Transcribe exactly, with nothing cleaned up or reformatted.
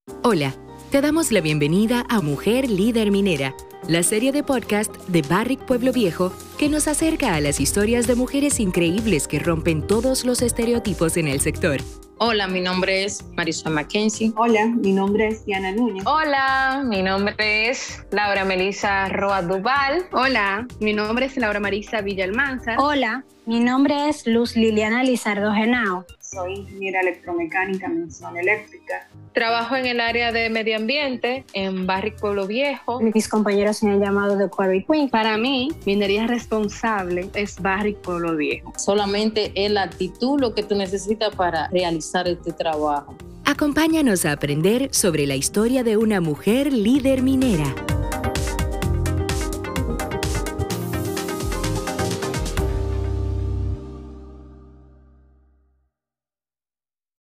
Hola, te damos la bienvenida a Mujer Líder Minera, la serie de podcast de Barrick Pueblo Viejo que nos acerca a las historias de mujeres increíbles que rompen todos los estereotipos en el sector. Hola, mi nombre es Marisol Mackenzie. Hola, mi nombre es Diana Núñez. Hola, mi nombre es Laura Melissa Roa Duval. Hola, mi nombre es Laura Marisa Villalmanza. Hola, mi nombre es Luz Liliana Lizardo Genao. Soy ingeniera electromecánica en mención eléctrica. Trabajo en el área de medio ambiente en Barrick Pueblo Viejo. Mis compañeros me han llamado de Quarry Queen. Para mí, minería responsable es Barrick Pueblo Viejo. Solamente es la actitud lo que tú necesitas para realizar este trabajo. Acompáñanos a aprender sobre la historia de una mujer líder minera.